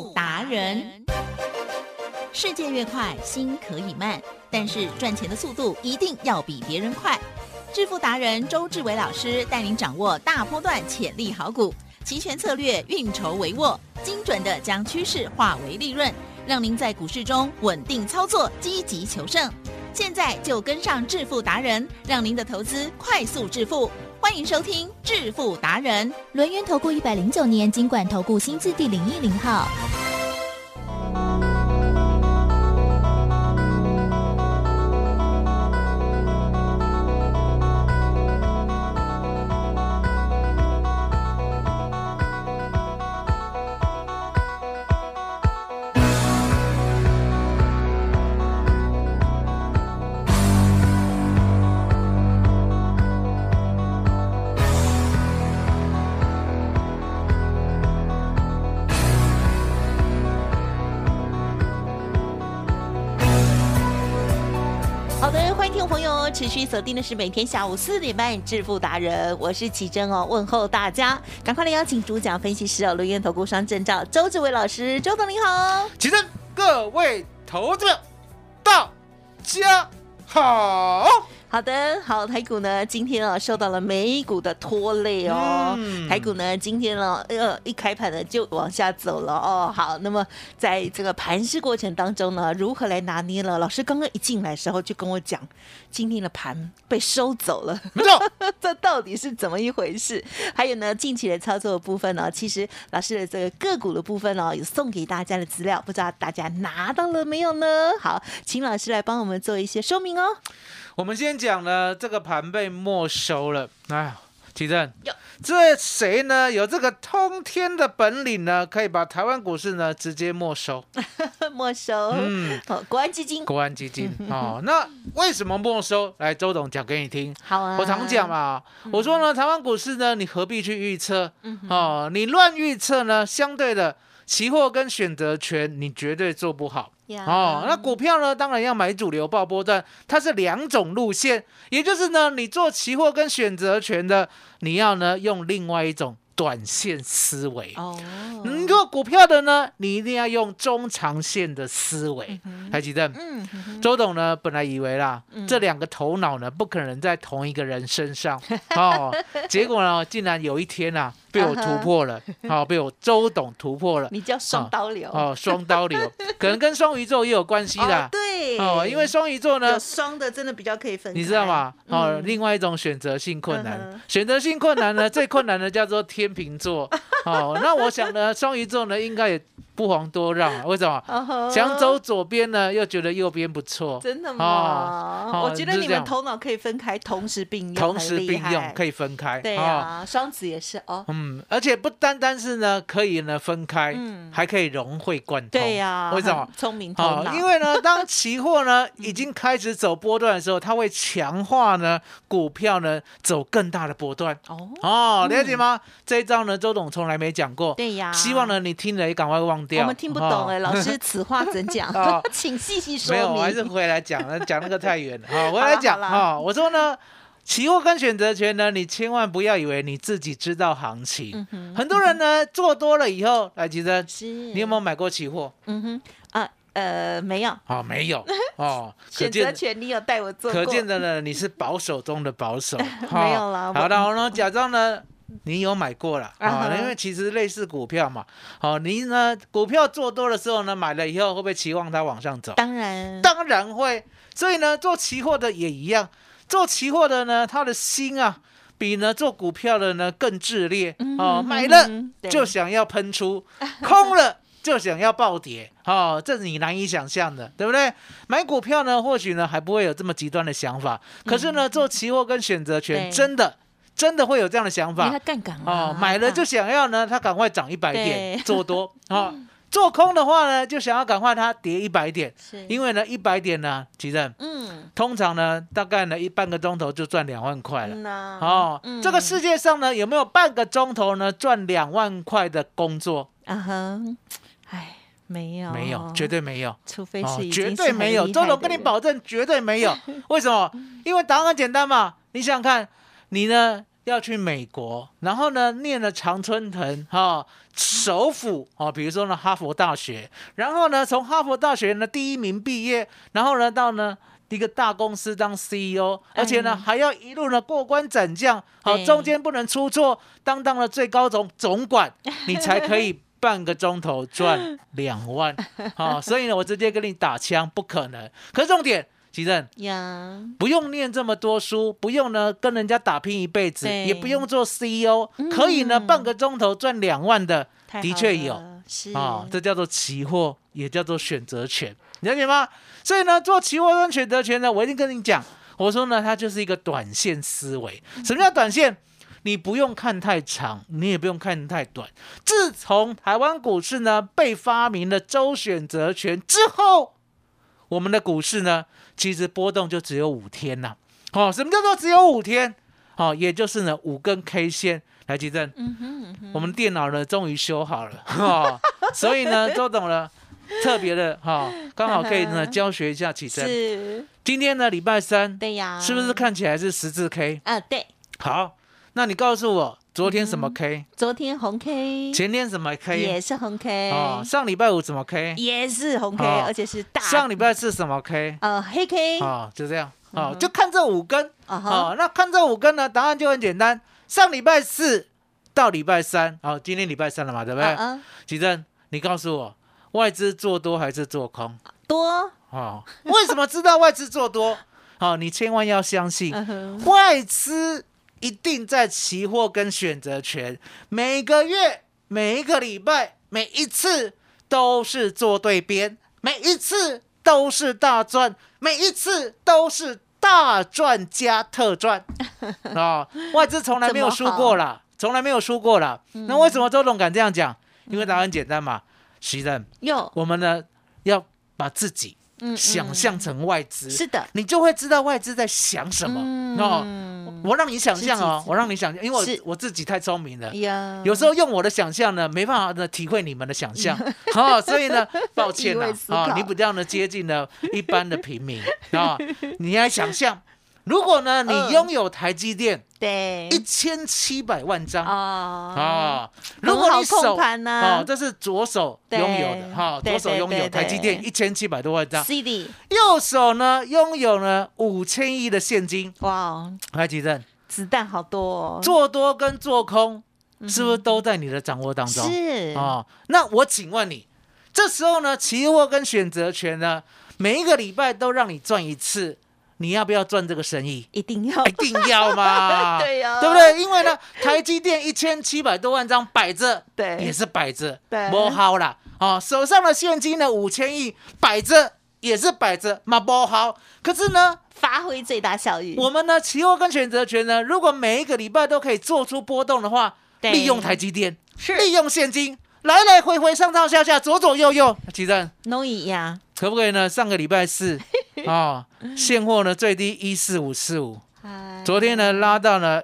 富达人。世界越快，心可以慢，但是赚钱的速度一定要比别人快。致富达人周志伟老师带您掌握大波段潜力好股，期权策略运筹帷幄，精准的将趋势化为利润，让您在股市中稳定操作，积极求胜。现在就跟上致富达人，让您的投资快速致富。欢迎收听致富达人。 轮源投顾109年金管投顾新字第010号。 好的，欢迎听众朋友持续锁定的是每天下午4点半致富达人，我是启真哦，问候大家，赶快来邀请主讲分析师轮源投顾双证照周志伟老师，周董你好。 启真，各位投资者大家好。 好的，好，台股呢今天受到了美股的拖累哦，台股呢今天一开盘呢就往下走了哦。好，那么在这个盘势过程当中呢，如何来拿捏了？老师刚刚一进来的时候就跟我讲，今天的盘被收走了， 没错， 这到底是怎么一回事？还有呢，近期的操作的部分呢，其实老师的这个个股的部分有送给大家的资料，不知道大家拿到了没有呢？好，请老师来帮我们做一些说明哦。 我们先讲呢，这个盘被没收了。哎呀，启真，这谁呢？有这个通天的本领呢，可以把台湾股市呢直接没收。 没收，国安基金， 国安基金哦。那为什么没收？来，周董讲给你听。 好啊， 我常讲嘛，我说呢，台湾股市呢，你何必去预测？哦，你乱预测呢，相对的，期货跟选择权你绝对做不好。哦，那股票呢，当然要买主流爆波段，它是两种路线，也就是呢，你做期货跟选择权的，你要呢用另外一种短线思维。哦，你做股票的呢，你一定要用中长线的思维。台积电，周董呢本来以为啦，这两个头脑呢不可能在同一个人身上哦，结果呢，竟然有一天啊。被我突破了，好，被我周董突破了。 你叫双刀流哦，双刀流，可能跟双鱼座也有关系的。 对， 因为双鱼座呢， 有双的真的比较可以分开， 你知道吗？另外一种选择性困难，选择性困难呢，最困难的叫做天秤座。那我想呢，双鱼座呢，应该也不遑多让。为什么？想走左边呢，又觉得右边不错。 真的吗？我觉得你们头脑可以分开，同时并用， 同时并用可以分开。 对啊，双子也是哦。 而且不单单是呢，可以呢分开，还可以融会贯通。 对呀， 为什么？ 聪明头脑。 因为呢，当期货呢已经开始走波段的时候，它会强化呢股票呢走更大的波段。了解吗？这一招呢，周董从来没讲过。 对呀。 希望呢你听了也赶快忘掉。 我们听不懂老师此话怎讲？请细细说明。 没有，我还是回来讲了，讲那个太远了。我来讲我说呢。期货跟选择权呢，你千万不要以为你自己知道行情。很多人呢做多了以后，来，其实你有没有买过期货？ 没有。 没有选择权你有带我做过， 可见的呢，你是保守中的保守。 没有啦。 好的，我呢假装呢你有买过了因为其实类似股票嘛。你呢股票做多的时候呢，买了以后会不会期望它往上走？ 当然会。所以呢，做期货的也一样。做期货的呢，他的心啊，比呢做股票的呢更炽烈。买了就想要喷出，空了就想要暴跌。这是你难以想象的，对不对？买股票呢，或许呢还不会有这么极端的想法，可是呢，做期货跟选择权真的会有这样的想法。 因为它杠杆买了就想要呢，它赶快涨100点做多做空的话呢，就想要赶快它跌100点，因为呢100点呢，其实通常呢大概呢半个钟头就赚2万块了。这个世界上呢有没有半个钟头呢赚2万块的工作？ 没有，绝对没有， 除非是绝对没有。周董跟你保证，绝对没有。为什么？因为答案很简单嘛。你想想看，你呢要去美国，然后呢念了常春藤首府比如说呢哈佛大学，然后呢从哈佛大学呢第1名毕业，然后呢到呢一个大公司当 CEO， 而且呢还要一路呢过关斩将，中间不能出错，当了最高总管，你才可以半个钟头赚2万所以呢我直接跟你打枪，不可能。可是重点其正不用念这么多书，不用呢跟人家打拼一辈子，也不用做 CEO，可以呢半个钟头赚2万的，的确有这叫做期货，也叫做选择权，你了解吗？所以呢做期货跟选择权呢，我一定跟你讲，我说呢它就是一个短线思维。什么叫短线？你不用看太长，你也不用看太短。自从台湾股市呢被发明了周选择权之后，我们的股市呢其实波动就只有5天呐。什么叫做只有5天？也就是呢5根 K 线。来，吉正，我们电脑呢终于修好了所以呢周董呢特别的刚好可以呢教学一下吉正。今天呢礼拜3， 对呀， 是不是看起来是十字 K？ 对。 好，那你告诉我昨天什么 K？ 昨天红 K。前天什么 K？ 也是红 K。 上礼拜5什么 K？ 也是红 K，而且是大。 上礼拜4什么 K？ 黑 K。 就这样就看这5根那看这5根呢，答案就很简单。上礼拜4到礼拜3，今天礼拜3了嘛，对不对？吉正，你告诉我，外资做多还是做空？ 多。 为什么知道外资做多？你千万要相信，外资一定在期货跟选择权，每个月、每一个礼拜、每一次都是做对边，每一次都是大赚，每一次都是大赚加特赚外资从来没有输过啦，从来没有输过啦。那为什么周董敢这样讲？因为答案很简单嘛，习任，我们呢要把自己想象成外资， 是的， 你就会知道外资在想什么我让你想象我让你想象，因为我自己太聪明了，有时候用我的想象呢，没办法呢体会你们的想象所以呢，抱歉你比较呢接近了一般的平民你来想象，如果呢你拥有台积电对 1700万张如果你手这是左手拥有的左手拥有台积电1700多万张，右手呢拥有呢5000亿的现金。哇，来吉正， 子弹好多做多跟做空是不是都在你的掌握当中？ 是那我请问你，这时候呢期货跟选择权呢每一个礼拜都让你赚1次，你要不要赚这个生意？ 一定要， 一定要嘛对呀， 对不对？因为呢，台积电1700多万张摆着， 对， 也是摆着， 对， 没好啦手上的现金呢5000亿摆着，也是摆着，嘛不好。可是呢， 发挥最大效益。 我们呢，期货跟选择权呢，如果每一个礼拜都可以做出波动的话，利用台积电，利用现金，来来回回上上下下，左左右右，吉正， 能一样。 可不可以呢？上个礼拜4现货呢最低14545，昨天呢拉到了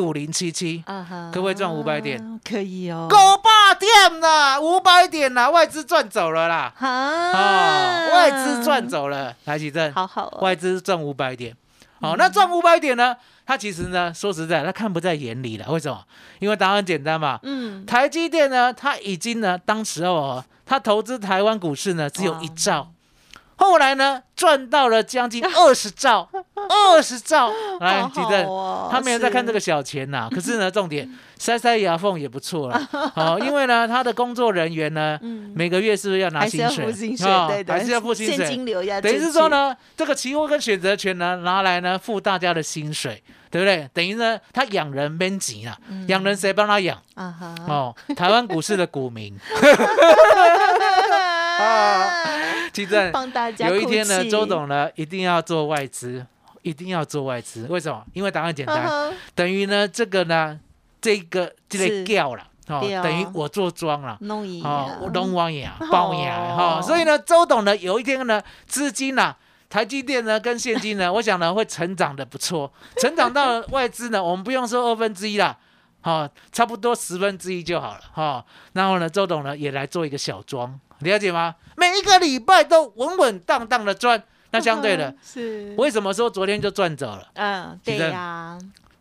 15077，可不可以赚500点？ 可以哦 ，900点啦，500点啦，外资赚走了啦，外资赚走了，来吉正， 好外资赚500点，那赚500点呢？他其实呢，说实在，他看不在眼里了。为什么？因为答案很简单嘛。台积电呢，他已经呢，当时他投资台湾股市呢，只有1兆。后来呢，赚到了将近20兆，20兆。来，吉正，他没有在看这个小钱呐。可是呢，重点塞牙缝也不错了。因为呢，他的工作人员呢，每个月是不是要拿薪水？还是要付薪水， 现金流要。 等于是说呢，这个期货跟选择权呢，拿来呢付大家的薪水，对不对？等于呢，他养人免钱啊，养人谁帮他养？台湾股市的股民。其实有一天呢，周董呢一定要做外资，一定要做外资。为什么？因为答案简单，等于呢这个呢这个叫了等于我做庄了，我弄完呀包呀所以呢，周董呢有一天呢资金呢台积电呢跟现金呢，我想呢会成长的不错，成长到外资呢，我们不用说1/2啦。差不多1/10就好了然后呢，周董呢也来做一个小庄，了解吗？每一个礼拜都稳稳当当的赚。那相对的， 是为什么说昨天就赚走了？ 对呀。 其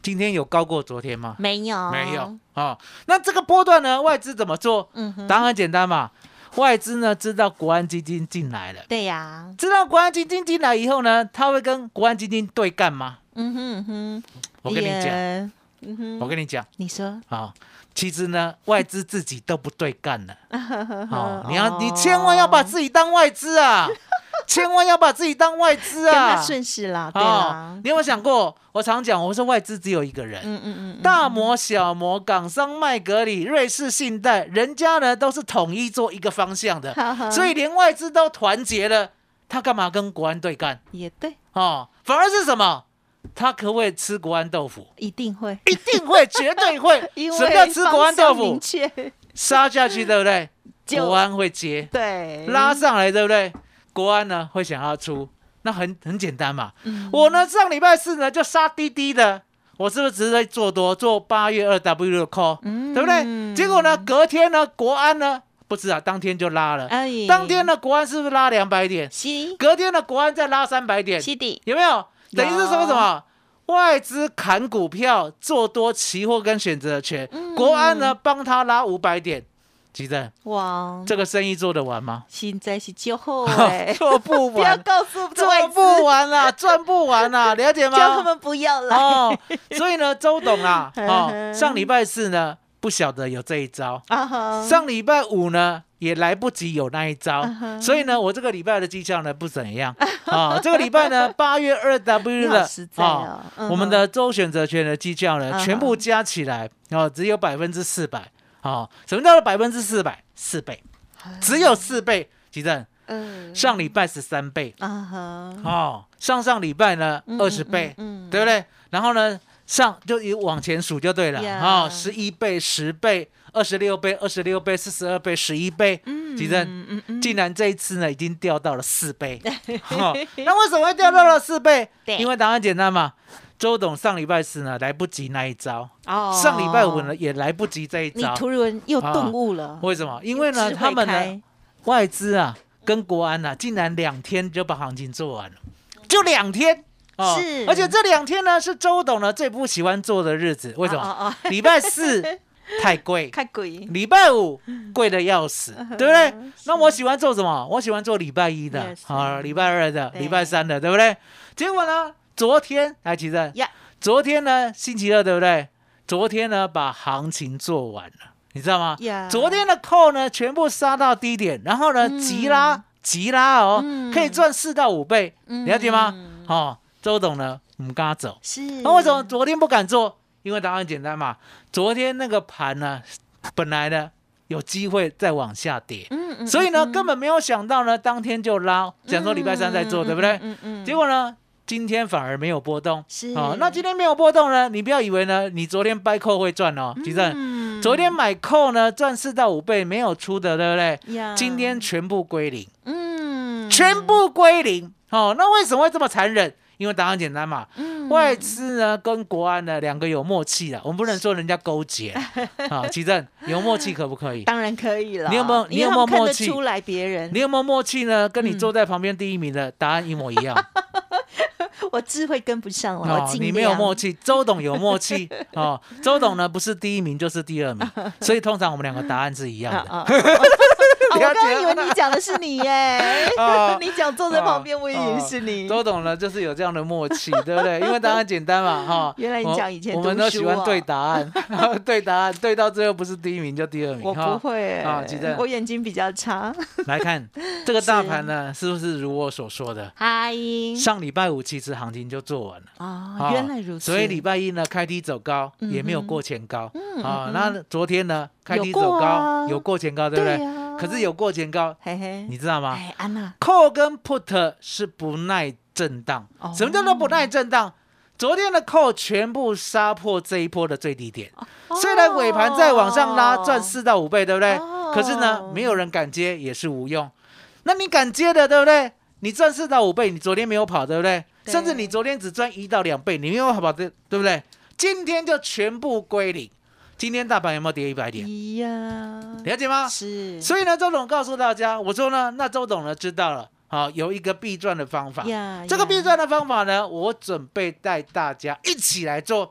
今天有高过昨天吗？ 没有， 没有哦。那这个波段呢，外资怎么做？答案很简单嘛，外资呢知道国安基金进来了， 对呀， 知道国安基金进来以后呢，他会跟国安基金对干吗？我跟你讲，我跟你讲， 你说啊，其实呢，外资自己都不对干了。哦，你千万要把自己当外资啊，千万要把自己当外资啊， 跟他顺势啦，对啦。 你有没有想过？我常讲，我说外资只有一个人，大摩、小摩、港商、麦格里、瑞士信贷，人家呢都是统一做一个方向的，所以连外资都团结了，他干嘛跟国安对干？ 也对， 反而是什么？他可不可以吃国安豆腐？ 一定会， 一定会，绝对会。什么叫吃国安豆腐？杀下去，对不对？国安会接， 对， 拉上来，对不对？国安呢会想要出，那很简单嘛。我呢上礼拜四呢就杀滴滴的，我是不是只是做多做8月2W 的 call，对不对？结果呢隔天呢国安呢不是啊，当天就拉了。当天呢国安是不是拉200点？隔天呢国安再拉300点，有没有？等于是说什么？外资砍股票做多期货跟选择权，国安呢帮他拉500点，奇正， 哇， 这个生意做得完吗？ 现在是就好做不完， 不要告诉我， 做不完啦，赚不完啦，了解吗？ 叫他们不要来。 所以呢，周董啊，上礼拜四呢不晓得有这一招，上礼拜五呢也来不及有那一招，所以呢，我这个礼拜的绩效呢不怎样这个礼拜呢8月2W 的我们的周选择权的绩效呢全部加起来只有400%什么叫做400%？4倍，只有4倍，奇正。上礼拜13倍上礼拜呢20倍，对不对？然后呢就往前数就对了11倍、10倍、26倍、42倍、42倍、11倍，奇正，竟然这一次呢已经掉到了4倍。那为什么会掉到了4倍？因为答案简单嘛。周董上礼拜四呢来不及那一招，上礼拜五呢也来不及这一招。 你突然又顿悟了， 为什么？因为呢他们呢外资啊跟国安啊竟然2天就把行情做完了，就2天。是，而且这2天呢是周董呢最不喜欢做的日子。为什么？礼拜四太贵，礼拜五贵的要死，对不对？那我喜欢做什么？我喜欢做礼拜一的，礼拜二的，礼拜三的，对不对？结果呢？昨天来奇正，昨天呢星期二对不对？昨天呢把行情做完了，你知道吗？昨天的call呢全部杀到低点，然后呢急拉可以赚4到5倍，了解吗？周董呢不敢走，那为什么昨天不敢做？因为答案简单嘛，昨天那个盘呢本来呢有机会再往下跌，所以呢根本没有想到呢当天就拉，想说礼拜三再做，对不对？结果呢今天反而没有波动，那今天没有波动呢，你不要以为呢你昨天buy call会赚哦，奇正，昨天买 call 呢赚4到5倍没有出的，对不对？今天全部归零，全部归零，那为什么会这么残忍？因为答案简单嘛，外资呢跟国安呢2个有默契了，我们不能说人家勾结奇正，有默契可不可以？ 当然可以了。 你有没有默契？ 出来别人， 你有没有默契呢？跟你坐在旁边第1名的答案一模一样。 我智慧跟不上了， 你没有默契，周董有默契周董呢不是第1名就是第2名，所以通常我们2个答案是一样的。 我刚刚以为你讲的是你耶，你讲坐在旁边，我以为是你。 周董呢就是有这样的默契，对不对？因为答案简单嘛原来你讲以前读书， 我们都喜欢对答案，对答案对到最后不是第1名就第2名。 我不会我眼睛比较差。 来看这个大盘呢，是不是如我所说的？上礼拜五其实行情就做完了原来如此。 所以礼拜一呢开低走高，也没有过前高那昨天呢开低走高，有过前高，对不对？可是有过前高，你知道吗？call 跟 put 是不耐震荡。什么叫做不耐震荡？昨天的 call 全部杀破这一波的最低点，虽然尾盘再往上拉赚4到5倍，对不对？可是呢，没有人敢接也是无用。那你敢接的，对不对？你赚4到5倍，你昨天没有跑，对不对？甚至你昨天只赚1到2倍，你没有跑，对不对？今天就全部归零。今天大盘有没有跌100点？了解吗？ 是。 所以呢，周董告诉大家，我说呢，那周董呢知道了，有一个必赚的方法。这个必赚的方法呢，我准备带大家一起来做。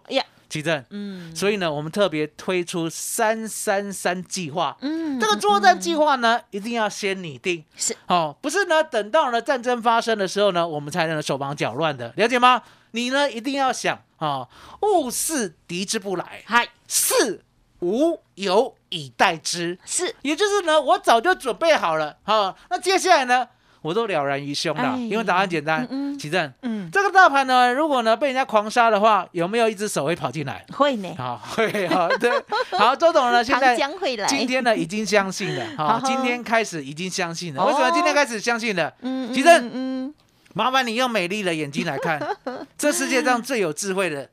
奇正，所以呢，我们特别推出333计划，这个作战计划呢，一定要先拟定， 是不是呢，等到呢战争发生的时候呢，我们才能手忙脚乱的，了解吗？你呢一定要想勿视敌之不来，是吾有以待之， 是， 也就是呢，我早就准备好了，那接下来呢？我都了然于胸了，因为答案简单。奇正，这个大盘呢，如果呢被人家狂杀的话，有没有一只手会跑进来？ 会呢。 会对。好，周董呢，现在今天呢已经相信了，今天开始已经相信了。为什么今天开始相信了？奇正，麻烦你用美丽的眼睛来看，这世界上最有智慧的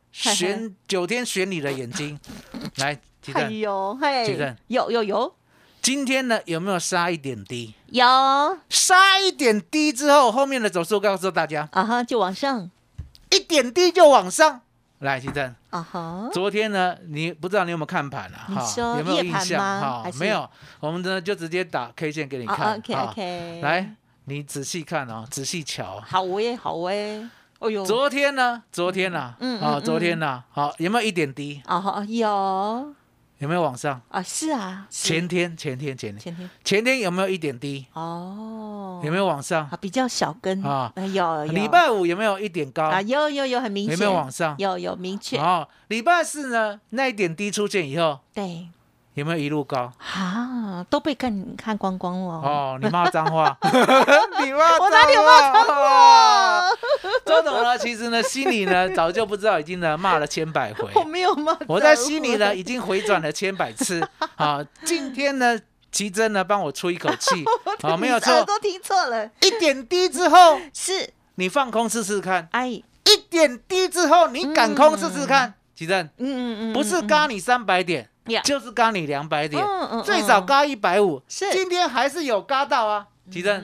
9天选你的眼睛，来，奇正，奇正， 有。 今天呢有没有杀一点低？ 有， 杀一点低之后，后面的走势告诉大家就往上， 一点低就往上。来，奇正，昨天呢，你不知道你有没有看盘有没有印象？没有，我们呢就直接打 K 线给你看。 OK， 来，你仔细看仔细瞧。 好哎，哎呦， 昨天呢，昨天有没有一点低？ 有。 有没有往上是啊， 前天有没有一点低？有没有往上？ 比较小根有。 礼拜五有没有一点高？ 有，很明显。 有没有往上？ 有明确。 礼拜四呢，那一点低出现以后， 对， 有没有一路高？ 都被看光光了。 你骂脏话， 我哪里有骂脏话？ 周董呢，其实呢，心里呢早就不知道已经呢骂了千百回。 我没有骂， 我在心里呢已经回转了千百次。今天呢，奇珍呢帮我出一口气，没有错， 都听错了。 一点低之后， 是你放空试试看。一点低之后，你敢空试试看，奇珍，不是嘎你300点。就是嘎你200点，最少嘎150，今天还是有嘎到啊，奇正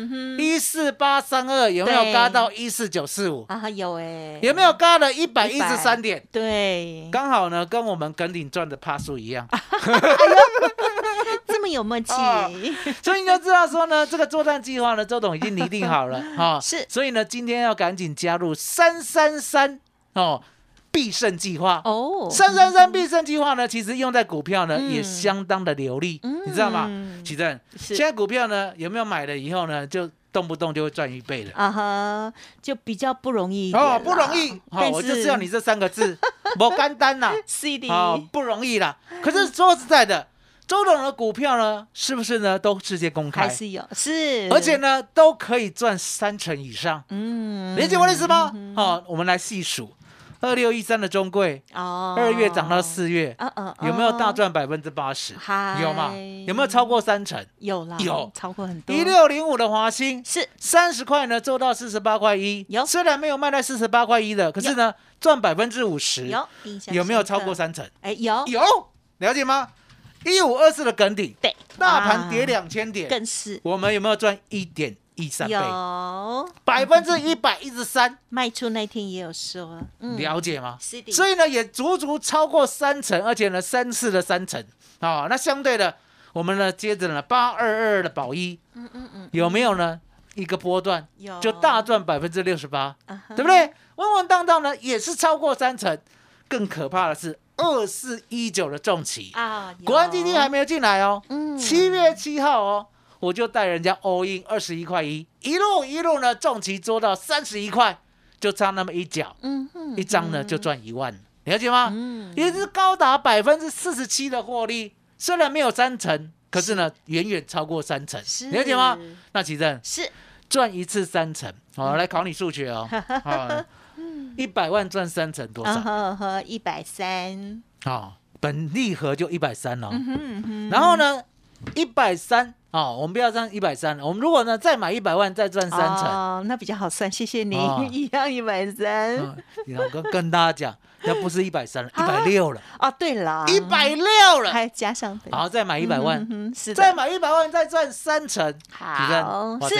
，14832有没有嘎到14945？ 有有没有嘎了113点？ 对， 刚好呢，跟我们耿鼎赚的趴数一样， 这么有默契， 所以你就知道说呢，这个作战计划呢，周董已经拟定好了是， 所以呢，今天要赶紧加入333必胜计划333必胜计划呢，其实用在股票呢也相当的流利，你知道吗？奇正，现在股票呢有没有买了以后呢，就动不动就会赚1倍了就比较不容易不容易。我就是要你这3个字，不简单啦，不容易啦。可是说实在的，周董的股票呢，是不是呢都世界公开？ 还是有，是， 而且呢都可以赚3成以上。理解我的意思吗？我们来细数。2613的中贵，2月涨到4月，有没有大赚80%？有吗？有没有超过3成？ 有啦，有超过很多。 1605的华兴是 30块呢，做到48块1，虽然没有卖在48块1的，可是呢赚50%，有没有超过3成？ 有， 了解吗？1524的耿鼎， 对， 大盘跌2000点， 更是， 我们有没有赚1.13倍？ 有 113%， 卖出那天也有说， 了解吗？ 是的， 所以呢也足足超过3成，而且呢3次的3成那相对的，我们呢接着呢822的宝一，有没有呢？一个波段就大赚68%，对不对？稳稳当当呢也是超过3成，更可怕的是2419的重企果然今天还没有进来7月7号我就带人家 all in 21块1，一路呢重骑做到31块，就差那么一角，一张呢就赚1万，了解吗？也是高达47%的获利，虽然没有3成，可是呢远远超过3成，了解吗？那奇正是赚一次3成，来考你数学100万赚3成多少 ？130。 本利和就130了，然后呢130。我们不要算130了，我们如果呢再买100万，再赚3成， 那比较好算，谢谢你，一样130。 跟大家讲，那不是130了，160了。 对了 ，160了， 还加上好，再买100万， 是再买100万，再赚3成。 好， 是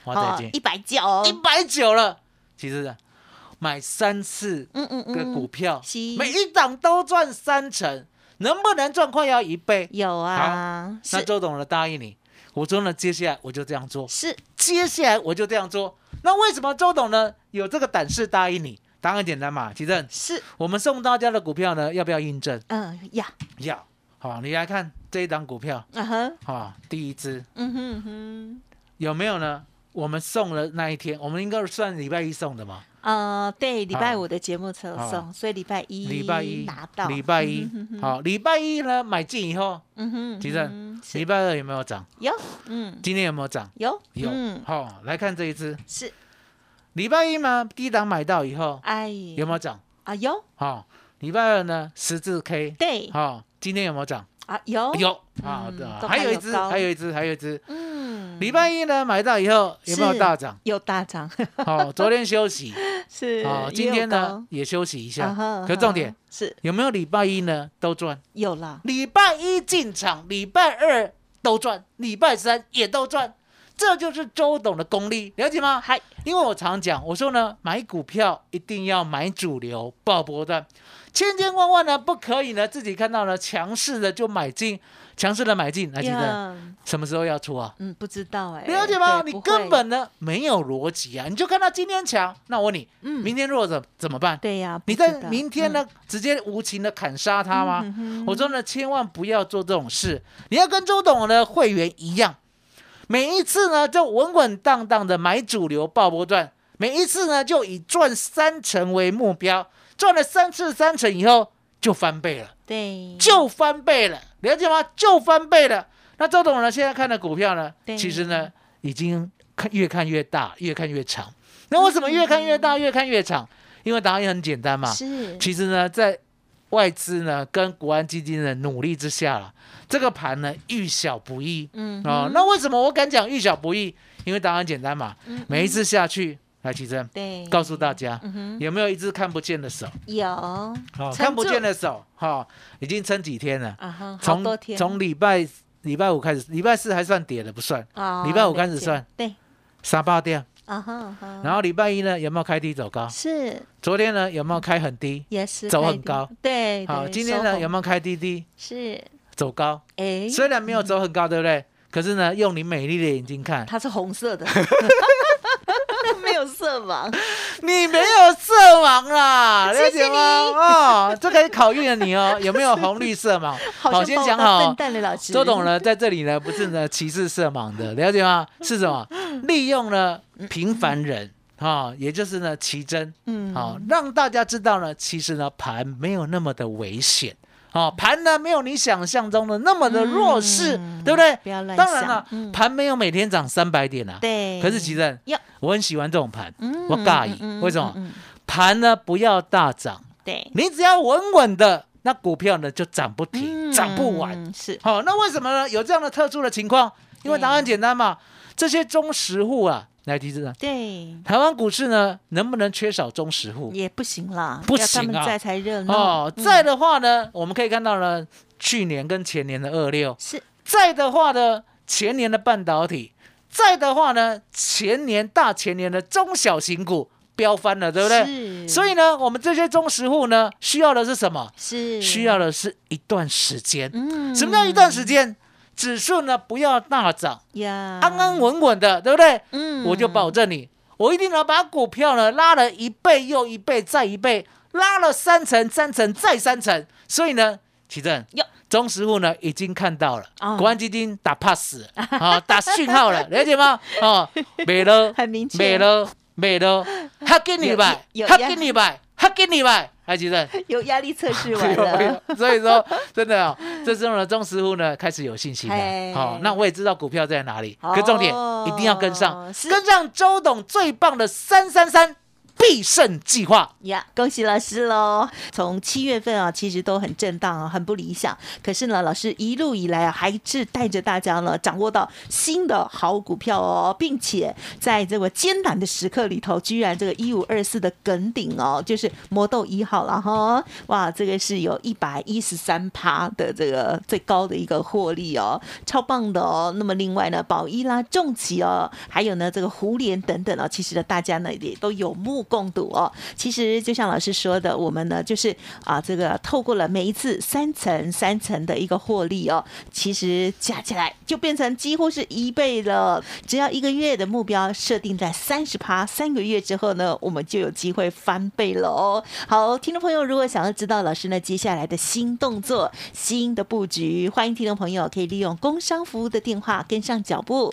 190了。其实买3次的股票，每一档都赚3成，能不能赚快要1倍？ 有啊。 那周董呢答应你。我说呢，接下来我就这样做。 是， 接下来我就这样做。那为什么周董呢有这个胆识答应你？ 答案很简单嘛，其正是， 我们送大家的股票呢，要不要印证？ 要， 好，你来看这一档股票，第一支，有没有呢？我们送了那一天，我们应该算礼拜一送的嘛？ 对，礼拜五的节目才有送，所以礼拜一拿到， 礼拜一，好，礼拜一呢买进以后，其正，礼拜二有没有涨？ 有， 今天有没有涨？ 有， 好，来看这一支， 是， 礼拜一嘛，低档买到以后，有没有涨？ 有， 好，礼拜二呢，十字 K， 对， 好，今天有没有涨？ 有， 还有一只，礼拜一呢买到以后有没有大涨？ 有大涨， 昨天休息是， 今天呢也休息一下。可重点是有没有礼拜一呢都赚？ 有啦， 礼拜一进场，礼拜二都赚，礼拜三也都赚，这就是周董的功力，了解吗？因为我常讲，我说呢，买股票一定要买主流，抱波段，千千万万呢不可以呢自己看到呢强势的就买进。强势的买进，还记得什么时候要出啊？ 不知道了解吗？你根本呢没有逻辑啊！你就看到今天强，那我问你，明天弱怎么办？ 对呀， 你在明天呢直接无情的砍杀他吗？我说呢，千万不要做这种事。你要跟周董的会员一样，每一次呢就稳稳当当的买主流爆波段，每一次呢就以赚3成为目标，赚了3次3成以后就翻倍了。 对， 就翻倍了，了解吗？就翻倍了。那周董呢？现在看的股票呢，其实呢，已经越看越大，越看越长。那为什么越看越大，越看越长？因为答案也很简单嘛。 是， 其实呢，在外资呢跟国安基金的努力之下了，这个盘呢遇小不易。那为什么我敢讲遇小不易？因为答案简单嘛。每一次下去。来，奇珍， 对， 告诉大家，有没有一只看不见的手？ 有， 看不见的手，已经撑几天了？ 好多天， 从礼拜五开始，礼拜四还算跌的不算，礼拜五开始算， 对 ，38点，然后礼拜一呢有没有开低走高？ 是， 昨天呢有没有开很低？ 也是走很高， 对， 好，今天呢有没有开低？ 是， 走高，虽然没有走很高，对不对？可是呢，用你美丽的眼睛看， 它是红色的。没有色盲， 你没有色盲啦，了解吗？这可以考验你哦，有没有红绿色盲？ 好， 先讲好。周董呢，在这里呢，不是呢歧视色盲的，了解吗？是什么？利用呢平凡人也就是呢奇珍，让大家知道呢，其实呢盘没有那么的危险。盘呢没有你想象中的那么的弱势，对不对？ 不要乱想。 当然了，盘没有每天涨300点啊。 对。 可是其实我很喜欢这种盘，我尬意。为什么？盘呢不要大涨， 对， 你只要稳稳的，那股票呢就涨不停，涨不完。 是。 那为什么呢？有这样的特殊的情况？因为答案简单嘛，这些中实户啊。来提示对， 台湾股市呢，能不能缺少中实户？ 也不行啦， 不行啊， 他们在才热闹在的话呢，我们可以看到呢，去年跟前年的26 是在的话呢，前年的半导体在的话呢，大前年的中小型股飙翻了，对不对？所以呢，我们这些中实户呢，需要的是什么？需要的是一段时间。什么叫一段时间？指数呢不要大涨，安安稳稳的，对不对？我就保证你，我一定能把股票呢拉了1倍又1倍再1倍，拉了3成3成再3成。所以呢，奇正，中实户呢已经看到了，国安基金打 pass 打讯号了，了解吗？没了， 很明确， 没了，他给你买，还记得有压力测试完了， 所以说真的这时候呢，中实户呢开始有信心了。那我也知道股票在哪里，可重点一定要跟上周董最棒的333必胜计划呀！恭喜老师喽！从7月份啊，其实都很震荡啊，很不理想。可是呢，老师一路以来啊，还是带着大家呢，掌握到新的好股票哦，并且在这个艰难的时刻里头，居然这个1524的梗顶哦，就是魔豆1号了哈！哇，这个是有113%的这个最高的一个获利哦，超棒的哦。那么另外呢，宝一啦、重企哦，还有呢这个胡联等等哦，其实呢大家呢也都有目共睹哦。其实就像老师说的，我们呢就是这个透过了每一次3层的一个获利哦，其实加起来就变成几乎是1倍了。只要1个月的目标设定在30%，3个月之后呢，我们就有机会翻倍了哦。好，听众朋友，如果想要知道老师呢接下来的新动作、新的布局，欢迎听众朋友可以利用工商服务的电话跟上脚步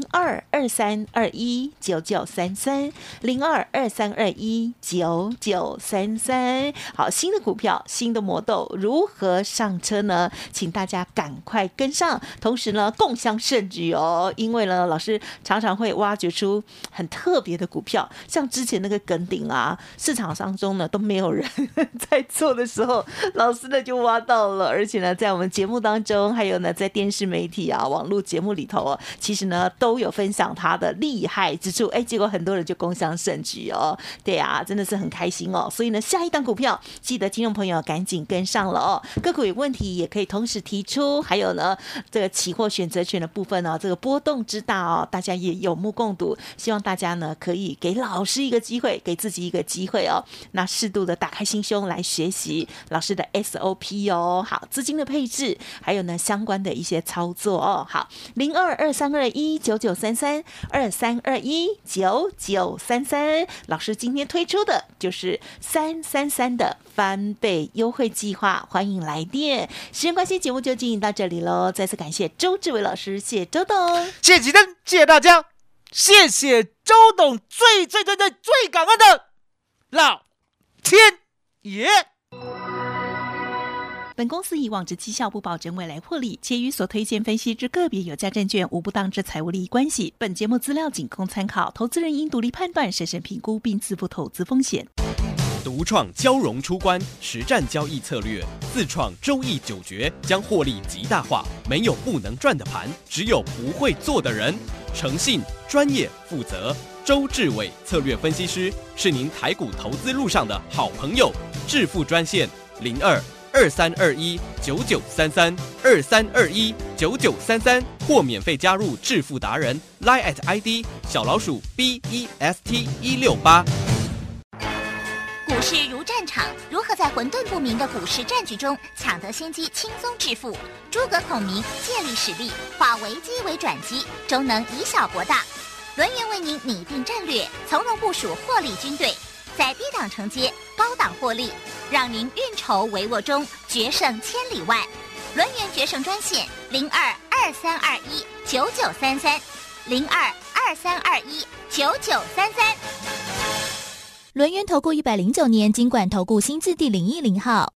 ，0223219933，0223219933。好，新的股票、新的魔豆如何上车呢？请大家赶快跟上，同时呢共襄盛举哦。因为呢，老师常常会挖掘出很特别的股票，像之前那个耿鼎啊，市场当中呢都没有人在做的时候，老师呢就挖到了，而且呢在我们节目当中，还有呢在电视媒体啊、网络节目里头哦，其实呢都有分享它的厉害之处，结果很多人就共襄盛举哦。对啊，真的是很开心哦。所以呢，下一档股票记得听众朋友赶紧跟上了哦。个股有问题也可以同时提出，还有呢这个期货选择权的部分哦，这个波动之大哦，大家也有目共睹。希望大家呢可以给老师一个机会，给自己一个机会哦。那适度的打开心胸来学习老师的 SOP 哦。好，资金的配置，还有呢相关的一些操作哦。好，0223219933，23219933，老师今天推出的就是333的翻倍优惠计划，欢迎来电。时间关系，节目就进行到这里喽。再次感谢周志伟老师，谢谢周董， 谢谢吉登，谢谢大家，谢谢周董，最感恩的老天爷。 本公司以往之绩效不保证未来获利，且与所推荐分析之个别有价证券无不当之财务利益关系。本节目资料仅供参考，投资人应独立判断、审慎评估并自负投资风险。 独创交融出关实战交易策略，自创周易9诀，将获利极大化。没有不能赚的盘，只有不会做的人。诚信、专业、负责，周志伟策略分析师是您台股投资路上的好朋友。致富专线02-2321-9933，2321-9933，或免费加入致富达人 Line ID 小老鼠BEST168。 股市如战场，如何在混沌不明的股市战局中抢得先机，轻松致富？诸葛孔明借力使力，化危机为转机，终能以小博大。轮源为您拟定战略，从容部署获利军队，在低档承接，高档获利，让您运筹帷幄中决胜千里外。轮源决胜专线02-2321-9933，02-2321-9933。 轮源投顾109年金管投顾新字第010号。